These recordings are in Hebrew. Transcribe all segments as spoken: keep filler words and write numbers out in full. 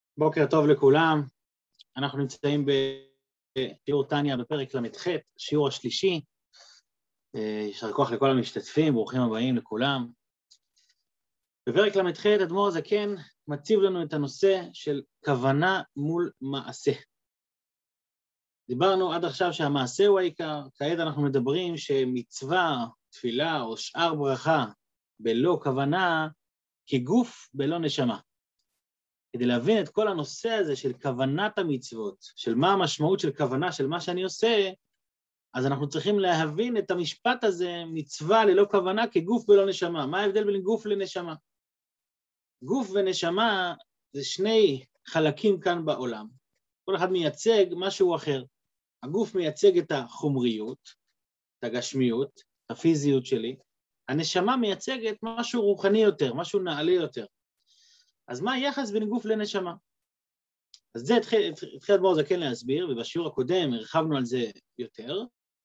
בוקר טוב לכולם, אנחנו נמצאים בשיעור טניה בפרק למ"ח, שיעור השלישי. יישר כוח לכל המשתתפים, ברוכים הבאים לכולם. בפרק למ"ח אדמו"ר הזקן מציב לנו את הנושא של כוונה מול מעשה. דיברנו עד עכשיו שהמעשה הוא העיקר, כעת אנחנו מדברים שמצווה, תפילה או שאר ברכה בלא כוונה כגוף בלא נשמה. כדי להבין את כל הנושא הזה של כוונת המצוות, של מה המשמעות של כוונה, של מה שאני עושה, אז אנחנו צריכים להבין את המשפט הזה, מצווה ללא כוונה כגוף בלא נשמה. מה ההבדל בין גוף לנשמה? גוף ונשמה זה שני חלקים כאן בעולם. כל אחד מייצג משהו אחר. הגוף מייצג את החומריות, את הגשמיות, את הפיזיות שלי. הנשמה מייצגת משהו רוחני יותר, משהו נעלה יותר. אז מה היחס בין גוף לנשמה? אז זה התחיל, התחיל אדמו"ר הזקן להסביר, ובשיעור הקודם הרחבנו על זה יותר,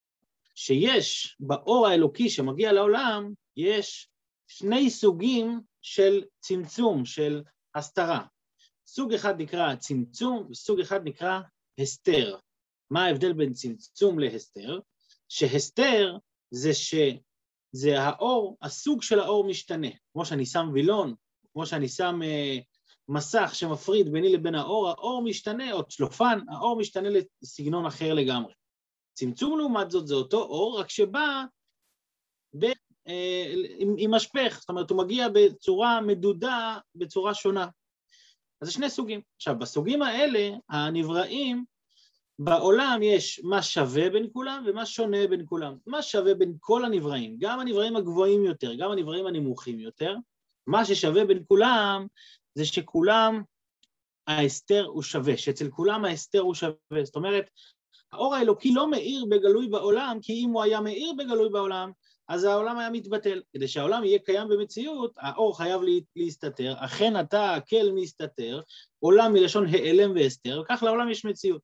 שיש באור האלוקי שמגיע לעולם, יש שני סוגים של צמצום, של הסתרה. סוג אחד נקרא צמצום, וסוג אחד נקרא הסתר. מה ההבדל בין צמצום להסתר? שהסתר זה שזה האור, הסוג של האור משתנה. כמו שאני שם וילון, כמו שאני שם uh, מסך שמפריד ביני לבין האור, האור משתנה, או צלופן, האור משתנה לסגנון אחר לגמרי. צמצום לעומת זאת זה אותו אור, רק שבא ב, uh, עם, עם משפך, זאת אומרת, הוא מגיע בצורה מדודה, בצורה שונה. אז זה שני סוגים. עכשיו, בסוגים האלה, הנבראים, בעולם יש מה שווה בין כולם ומה שונה בין כולם. מה שווה בין כל הנבראים, גם הנבראים הגבוהים יותר, גם הנבראים הנמוכים יותר, מה ששווה בין כולם זה שכולם ההסתר הוא שווה, שאצל כולם ההסתר הוא שווה. זאת אומרת, האור האלוקי לא מאיר בגלוי בעולם, כי אם הוא היה מאיר בגלוי בעולם, אז העולם היה מתבטל. כדי שהעולם יהיה קיים במציאות, האור חייב להסתתר, אכן אתה הקל מסתתר, עולם מלשון העלם והסתר, וכך לעולם יש מציאות.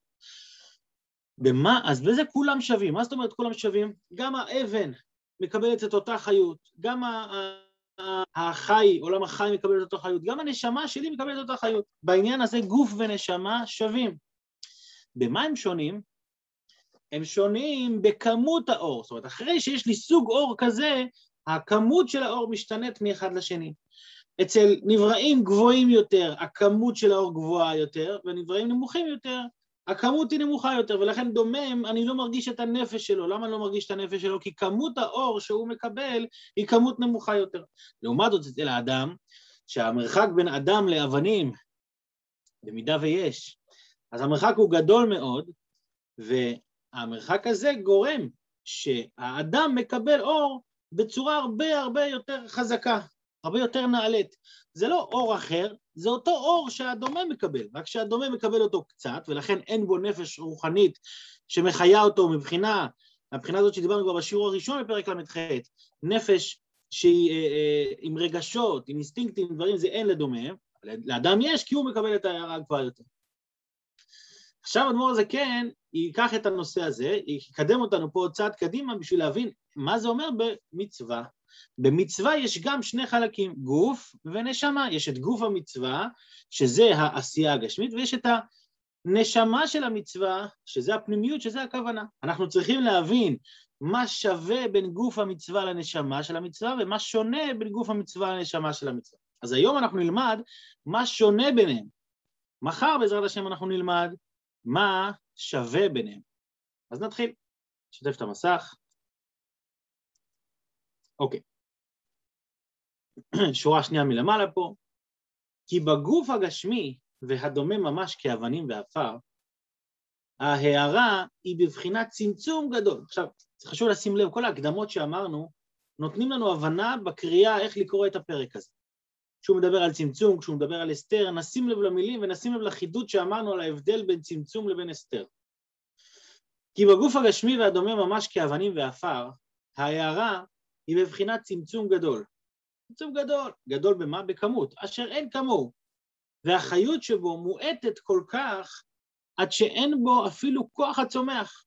במה? אז בזה כולם שווים. מה זאת אומרת כולם שווים? גם האבן מקבלת את אותה חיות, גם ה... החי, עולם החי מקבל את אותו חיות, גם הנשמה שלי מקבלת את אותה חיות. בעניין הזה גוף ונשמה שווים. במה הם שונים? הם שונים בכמות האור. זאת אומרת, אחרי שיש לי סוג אור כזה, הכמות של האור משתנית מאחד לשני. אצל נבראים גבוהים יותר, הכמות של האור גבוהה יותר, ונבראים נמוכים יותר, הכמות היא נמוכה יותר, ולכן דומם, אני לא מרגיש את הנפש שלו. למה אני לא מרגיש את הנפש שלו? כי כמות האור שהוא מקבל היא כמות נמוכה יותר. לעומת זאת אצל האדם, שהמרחק בין אדם לאבנים, במידה ויש, אז המרחק הוא גדול מאוד, והמרחק הזה גורם שהאדם מקבל אור בצורה הרבה הרבה יותר חזקה, הרבה יותר נעלית. זה לא אור אחר, זה אותו אור שהדומה מקבל, רק שהדומה מקבל אותו קצת, ולכן אין בו נפש רוחנית שמחיה אותו מבחינה, מבחינה הזאת שדיברנו כבר בשיעור הראשון בפרק למ"ח, נפש שהיא אה, אה, עם רגשות, עם אינסטינקטים, דברים, זה אין לדומה, לאדם יש כי הוא מקבל את ההערה הגבוהה יותר. עכשיו אדמו"ר הזקן ייקח את הנושא הזה, יקדם אותנו פה עוד צעד קדימה בשביל להבין מה זה אומר במצווה. במצווה יש גם שני חלקים, גוף ונשמה. יש את גוף המצווה, שזה העשייה הגשמית, ויש את הנשמה של המצווה, שזה הפנימיות, שזה הכוונה. אנחנו צריכים להבין מה שווה בין גוף המצווה לנשמה של המצווה, ומה שונה בין גוף המצווה לנשמה של המצווה. אז היום אנחנו נלמד מה שונה ביניהם. מחר בעזרת השם אנחנו נלמד מה שווה ביניהם. אז נתחיל. נשתף את המסך. אוקיי. שורה שנייה מלמעלה פה. כי בגוף הגשמי והדומה ממש כאבנים ואפר, ההערה היא בבחינת צמצום גדול. עכשיו, זה חשוב לשים לב, כל ההקדמות שאמרנו, נותנים לנו הבנה בקריאה איך לקרוא את הפרק הזה. כשהוא מדבר על צמצום, כשהוא מדבר על הסתר, נשים לב למילים ונשים לב לחידוד שאמרנו על ההבדל בין צמצום לבין הסתר. כי בגוף הגשמי והדומה ממש כאבנים ואפר, ההערה היא בבחינת צמצום גדול. צמצום גדול. גדול במה? בכמות, אשר אין כמוהו. והחיות שבו מועטת כל כך, עד שאין בו אפילו כוח הצומח.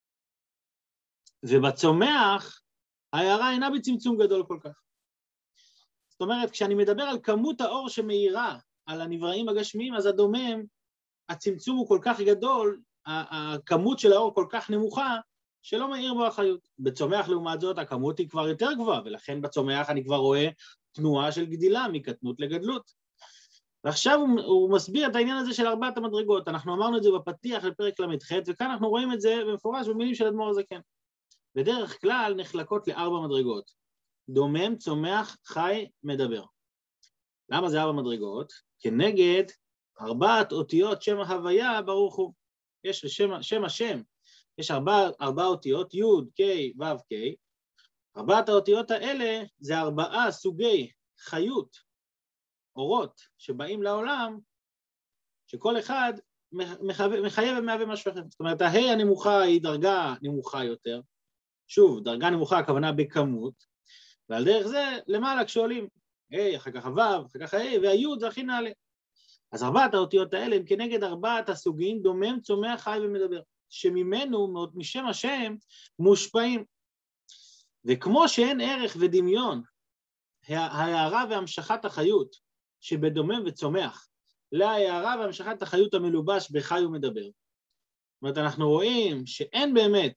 ובצומח, ההערה אינה בצמצום גדול כל כך. זאת אומרת, כשאני מדבר על כמות האור שמאירה על הנבראים הגשמיים, אז הדומם, הצמצום הוא כל כך גדול, הכמות של האור כל כך נמוכה, שלא מאיר בו החיות. בצומח לעומת זאת, הכמות היא כבר יותר גבוהה, ולכן בצומח אני כבר רואה תנועה של גדילה מקטנות לגדלות. ועכשיו הוא, הוא מסביר את העניין הזה של ארבעת המדרגות. אנחנו אמרנו את זה בפתיח לפרק למ"ח, וכאן אנחנו רואים את זה במפורש במילים של אדמו"ר הזקן. בדרך כלל נחלקות לארבע מדרגות. דומם, צומח, חי, מדבר. למה זה ארבע מדרגות? כנגד ארבעת אותיות שם ההוויה ברוך הוא. יש לשם, שם השם, יש ארבע, ארבע אותיות, י', ק', ו', ק'. ארבעת האותיות האלה זה ארבעה סוגי חיות, אורות, שבאים לעולם, שכל אחד מחייב ומהווה משהו אחר. זאת אומרת, ההי הנמוכה היא דרגה נמוכה יותר. שוב, דרגה נמוכה הכוונה בכמות, ועל דרך זה למעלה כשעולים, ה', אחר כך הו', אחר כך ה', והי' זה הכי נעלה. אז ארבעת האותיות האלה הם כנגד ארבעת הסוגים, דומם, צומח, חי ומדבר, שממנו, משם השם, מושפעים. וכמו שאין ערך ודמיון, ההערה והמשכת החיות, שבדומם וצומח, להערה והמשכת החיות המלובש בחי ומדבר. זאת אומרת, אנחנו רואים שאין באמת,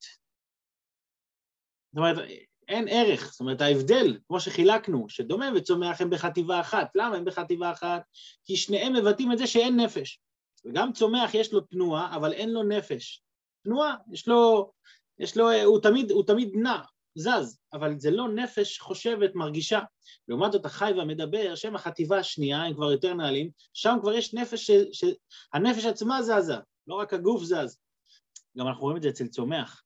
זאת אומרת, אין ערך, זאת אומרת, ההבדל, כמו שחילקנו, שדומם וצומח הם בחטיבה אחת. למה הם בחטיבה אחת? כי שניהם מבטאים את זה שאין נפש. וגם צומח יש לו תנועה, אבל אין לו נפש. תנועה, יש לו, יש לו, הוא תמיד, הוא תמיד נע, זז, אבל זה לא נפש חושבת, מרגישה. לעומת זאת, החי והמדבר, שם החטיבה השנייה, הם כבר יותר נעלים, שם כבר יש נפש, ש, ש, הנפש עצמה זזה, לא רק הגוף זז. גם אנחנו רואים את זה אצל צומח.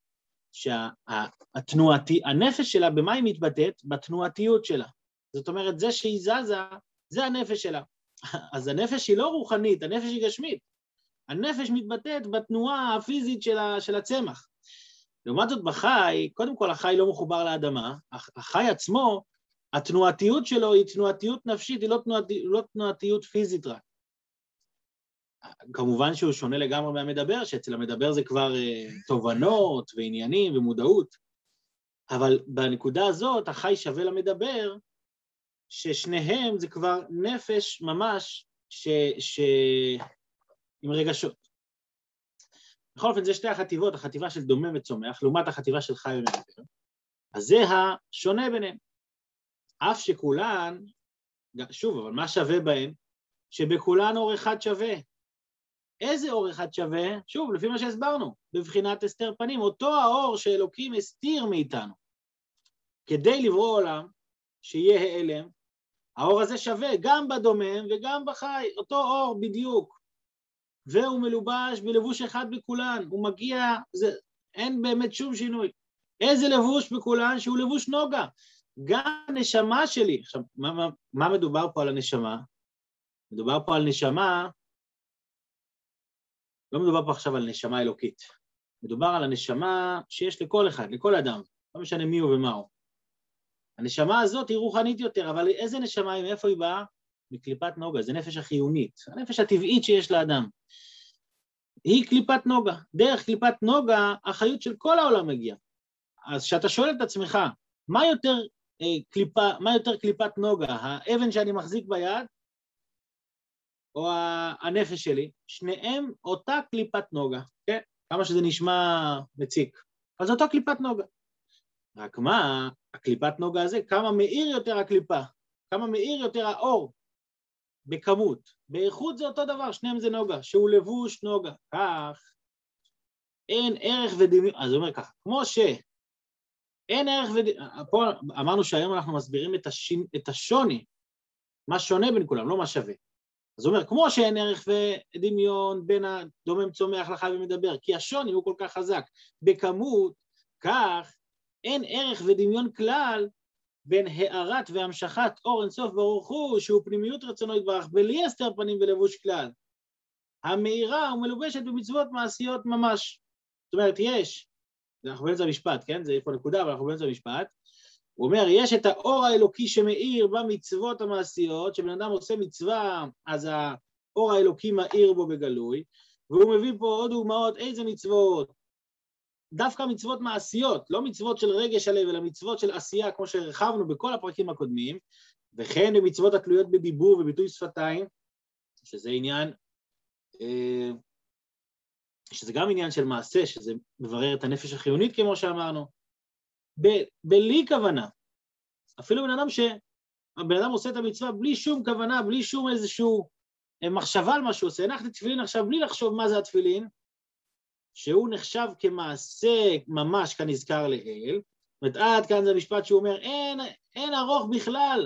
שהתנועתי, הנפש שלה, במה היא מתבטאת? בתנועתיות שלה. זאת אומרת, זה שהיא זזה, זה הנפש שלה. אז הנפש היא לא רוחנית, הנפש היא גשמית. הנפש מתבטאת בתנועה הפיזית של הצמח. לעומת זאת בחי, קודם כל החי לא מחובר לאדמה, החי עצמו, התנועתיות שלו היא תנועתיות נפשית, היא לא תנועתיות, לא תנועתיות פיזית רק. כמובן שהוא שונה לגמרי מהמדבר, שאצל המדבר זה כבר uh, תובנות ועניינים ומודעות, אבל בנקודה הזאת החי שווה למדבר, ששניהם זה כבר נפש ממש ש... ש... עם רגשות. בכל אופן זה שתי החטיבות, החטיבה של דומם וצומח, לעומת החטיבה של חי ומדבר, אז זה השונה ביניהם. אף שכולן, שוב, אבל מה שווה בהן? שבכולן אור אחד שווה. איזה אור אחד שווה? שוב, לפי מה שהסברנו, בבחינת הסתר פנים, אותו האור שאלוקים הסתיר מאיתנו, כדי לברוא עולם, שיהיה העלם, האור הזה שווה גם בדומם וגם בחי, אותו אור בדיוק, והוא מלובש בלבוש אחד בכולן, הוא מגיע, זה, אין באמת שום שינוי. איזה לבוש בכולן? שהוא לבוש נוגה. גם הנשמה שלי, עכשיו, מה, מה, מה מדובר פה על הנשמה? מדובר פה על נשמה, לא מדובר פה עכשיו על נשמה אלוקית, מדובר על הנשמה שיש לכל אחד, לכל אדם, לא משנה מי הוא ומה הוא. הנשמה הזאת היא רוחנית יותר, אבל איזה נשמה היא, מאיפה היא באה? מקליפת נוגה, זה נפש החיונית, הנפש הטבעית שיש לאדם. היא קליפת נוגה, דרך קליפת נוגה, החיות של כל העולם מגיעה. אז כשאתה שואל את עצמך, מה יותר, אה, קליפה, מה יותר קליפת נוגה, האבן שאני מחזיק ביד, או הנפש שלי, שניהם אותה קליפת נוגה, כן? כמה שזה נשמע מציק. אז אותה קליפת נוגה. רק מה, הקליפת נוגה הזה, כמה מאיר יותר הקליפה, כמה מאיר יותר האור, בכמות. באיכות זה אותו דבר, שניהם זה נוגה, שהוא לבוש נוגה. כך, אין ערך ודמיון, אז הוא אומר ככה, כמו שאין ערך ודמיון, פה אמרנו שהיום אנחנו מסבירים את, השין, את השוני, מה שונה בין כולם, לא מה שווה. אז הוא אומר, כמו שאין ערך ודמיון בין הדומם צומח לחי ומדבר, כי השוני הוא כל כך חזק בכמות, כך אין ערך ודמיון כלל בין הערת והמשכת אור אינסוף ברוך הוא, שהוא פנימיות רצונו יתברך, בלי הסתר פנים ולבוש כלל. המאירה ומלובשת במצוות מעשיות ממש. זאת אומרת, יש, אנחנו באמצע המשפט, כן? זה פה נקודה, אבל אנחנו באמצע המשפט. הוא אומר, יש את האור האלוקי שמאיר במצוות המעשיות, שבן אדם עושה מצווה, אז האור האלוקי מאיר בו בגלוי, והוא מביא פה עוד דוגמאות, איזה מצוות? דווקא מצוות מעשיות, לא מצוות של רגש הלב, אלא מצוות של עשייה, כמו שהרחבנו בכל הפרקים הקודמים, וכן במצוות התלויות בדיבור וביטוי שפתיים, שזה עניין, שזה גם עניין של מעשה, שזה מברר את הנפש החיונית, כמו שאמרנו, ב- בלי כוונה. אפילו בן אדם שהבן אדם עושה את המצווה בלי שום כוונה, בלי שום איזשהו מחשבה על מה שהוא עושה, הנחת תפילין עכשיו בלי לחשוב מה זה התפילין, שהוא נחשב כמעשה ממש כנזכר לאל, זאת אומרת, עד כאן זה משפט שהוא אומר, אין, אין ארוך בכלל,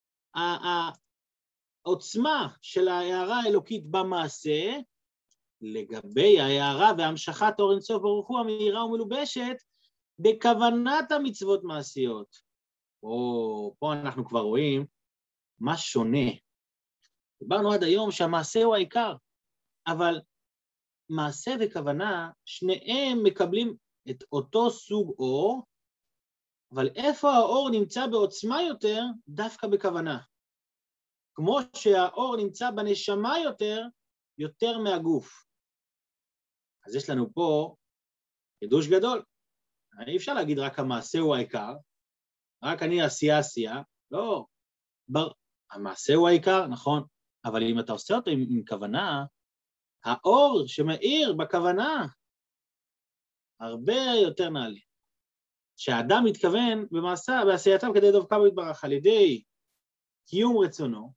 העוצמה של ההערה האלוקית במעשה, לגבי ההערה והמשכת אור אינסוף ברוך הוא המאירה ומלובשת, בכוונת המצוות מעשיות. או, פה אנחנו כבר רואים מה שונה. דיברנו עד היום שהמעשה הוא העיקר, אבל מעשה וכוונה, שניהם מקבלים את אותו סוג אור, אבל איפה האור נמצא בעוצמה יותר? דווקא בכוונה. כמו שהאור נמצא בנשמה יותר, יותר מהגוף. אז יש לנו פה חידוש גדול. אי אפשר להגיד רק המעשה הוא העיקר, רק אני עשייה עשייה, לא. בר... המעשה הוא העיקר, נכון, אבל אם אתה עושה אותו עם, עם כוונה, האור שמאיר בכוונה הרבה יותר נעלה. שהאדם מתכוון במעשה, בעשייתם כדי דבקה בו יתברך, על ידי קיום רצונו,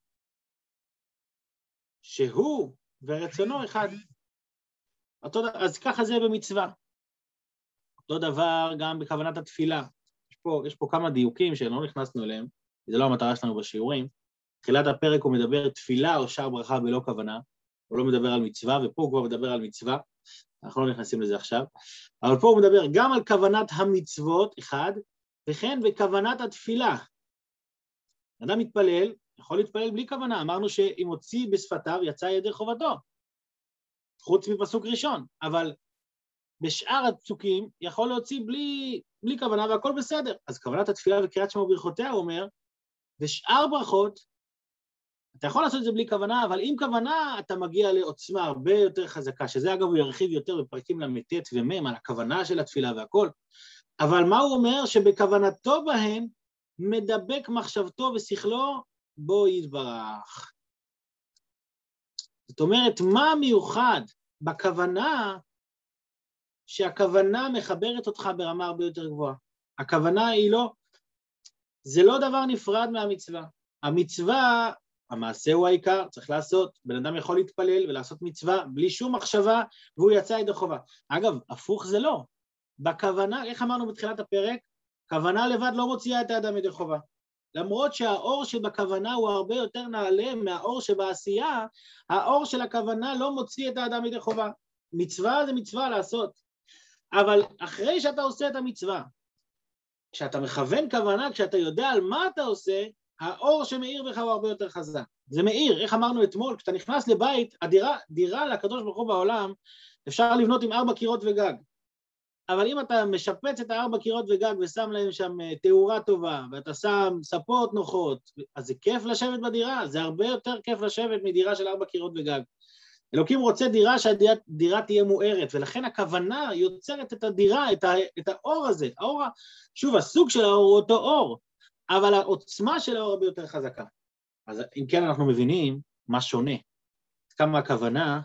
שהוא ורצונו אחד. אותו, אז ככה זה במצווה. אותו דבר גם בכוונת התפילה. יש פה, יש פה כמה דיוקים שלא נכנסנו אליהם, זה לא המטרה שלנו בשיעורים. תחילת הפרק הוא מדבר תפילה או שער ברכה בלא כוונה, הוא לא מדבר על מצווה, ופה הוא כבר מדבר על מצווה, אנחנו לא נכנסים לזה עכשיו, אבל פה הוא מדבר גם על כוונת המצוות, אחד, וכן בכוונת התפילה. אדם מתפלל, יכול להתפלל בלי כוונה, אמרנו שאם הוציא בשפתיו יצא ידי חובתו, חוץ מפסוק ראשון, אבל בשאר הפסוקים יכול להוציא בלי, בלי כוונה והכל בסדר. אז כוונת התפילה וקריאת שמע וברכותיה, הוא אומר, ושאר ברכות, אתה יכול לעשות את זה בלי כוונה, אבל עם כוונה אתה מגיע לעוצמה הרבה יותר חזקה, שזה אגב הוא ירחיב יותר בפרקים למתת ומם, על הכוונה של התפילה והכל, אבל מה הוא אומר? שבכוונתו בהן מדבק מחשבתו ושכלו בו יתברך. זאת אומרת, מה מיוחד בכוונה שהכוונה מחברת אותך ברמה הרבה יותר גבוהה? הכוונה היא לא, זה לא דבר נפרד מהמצווה. המצווה, המעשה הוא העיקר, צריך לעשות, בן אדם יכול להתפלל ולעשות מצווה בלי שום מחשבה, והוא יצא ידי חובה. אגב, הפוך זה לא. בכוונה, איך אמרנו בתחילת הפרק, כוונה לבד לא מוציאה את האדם ידי חובה. למרות שהאור שבכוונה הוא הרבה יותר נעלה מהאור שבעשייה, האור של הכוונה לא מוציא את האדם ידי חובה. מצווה זה מצווה לעשות. אבל אחרי שאתה עושה את המצווה, כשאתה מכוון כוונה, כשאתה יודע על מה אתה עושה, האור שמאיר בך הוא הרבה יותר חזק. זה מאיר, איך אמרנו אתמול, כשאתה נכנס לבית, הדירה, דירה לקדוש ברוך הוא בעולם, אפשר לבנות עם ארבע קירות וגג. אבל אם אתה משפץ את הארבע קירות וגג ושם להם שם תאורה טובה, ואתה שם ספות נוחות, אז זה כיף לשבת בדירה, זה הרבה יותר כיף לשבת מדירה של ארבע קירות וגג. אלוקים רוצה דירה שהדירה תהיה מוארת, ולכן הכוונה יוצרת את הדירה, את, ה, את האור הזה. האור, שוב, הסוג של האור הוא אותו אור, אבל העוצמה של האור הרבה יותר חזקה. אז אם כן אנחנו מבינים מה שונה. עד כמה הכוונה,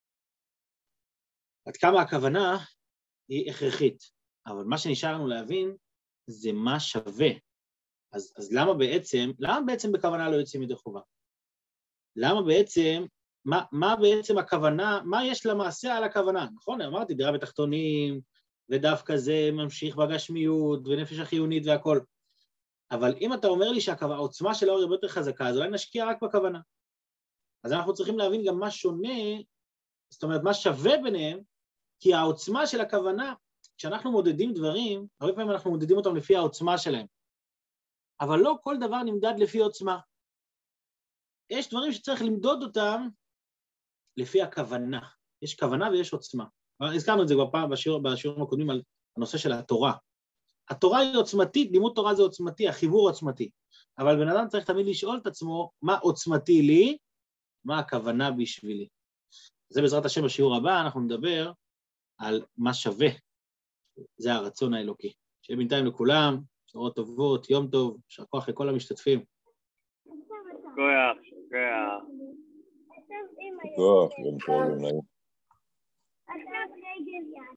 עד כמה הכוונה היא הכרחית. אבל מה שנשאר לנו להבין זה מה שווה. אז, אז למה בעצם, למה בעצם בכוונה לא יוצאים ידי חובה? למה בעצם, מה, מה בעצם הכוונה, מה יש למעשה על הכוונה? נכון, אמרתי, דירה בתחתונים, ודווקא זה ממשיך בגשמיות, ונפש החיונית והכל. אבל אם אתה אומר לי שהעוצמה של האור היא הרבה יותר חזקה, אז אולי נשקיע רק בכוונה. אז אנחנו צריכים להבין גם מה שונה, זאת אומרת, מה שווה ביניהם, כי העוצמה של הכוונה, כשאנחנו מודדים דברים, הרבה פעמים אנחנו מודדים אותם לפי העוצמה שלהם. אבל לא כל דבר נמדד לפי עוצמה. יש דברים שצריך למדוד אותם לפי הכוונה. יש כוונה ויש עוצמה. הזכרנו את זה כבר פעם בשיעור, בשיעורים הקודמים על הנושא של התורה. התורה היא עוצמתית, לימוד תורה זה עוצמתי, החיבור עוצמתי. אבל בן אדם צריך תמיד לשאול את עצמו, מה עוצמתי לי, מה הכוונה בשבילי. זה בעזרת השם בשיעור הבא, אנחנו נדבר על מה שווה. זה הרצון האלוקי. שיהיה בינתיים לכולם, שעות טובות, יום טוב, יישר כוח לכל המשתתפים. כוח, כוח. בטוח, יום טוב, יום נעים. עכשיו רגל יד.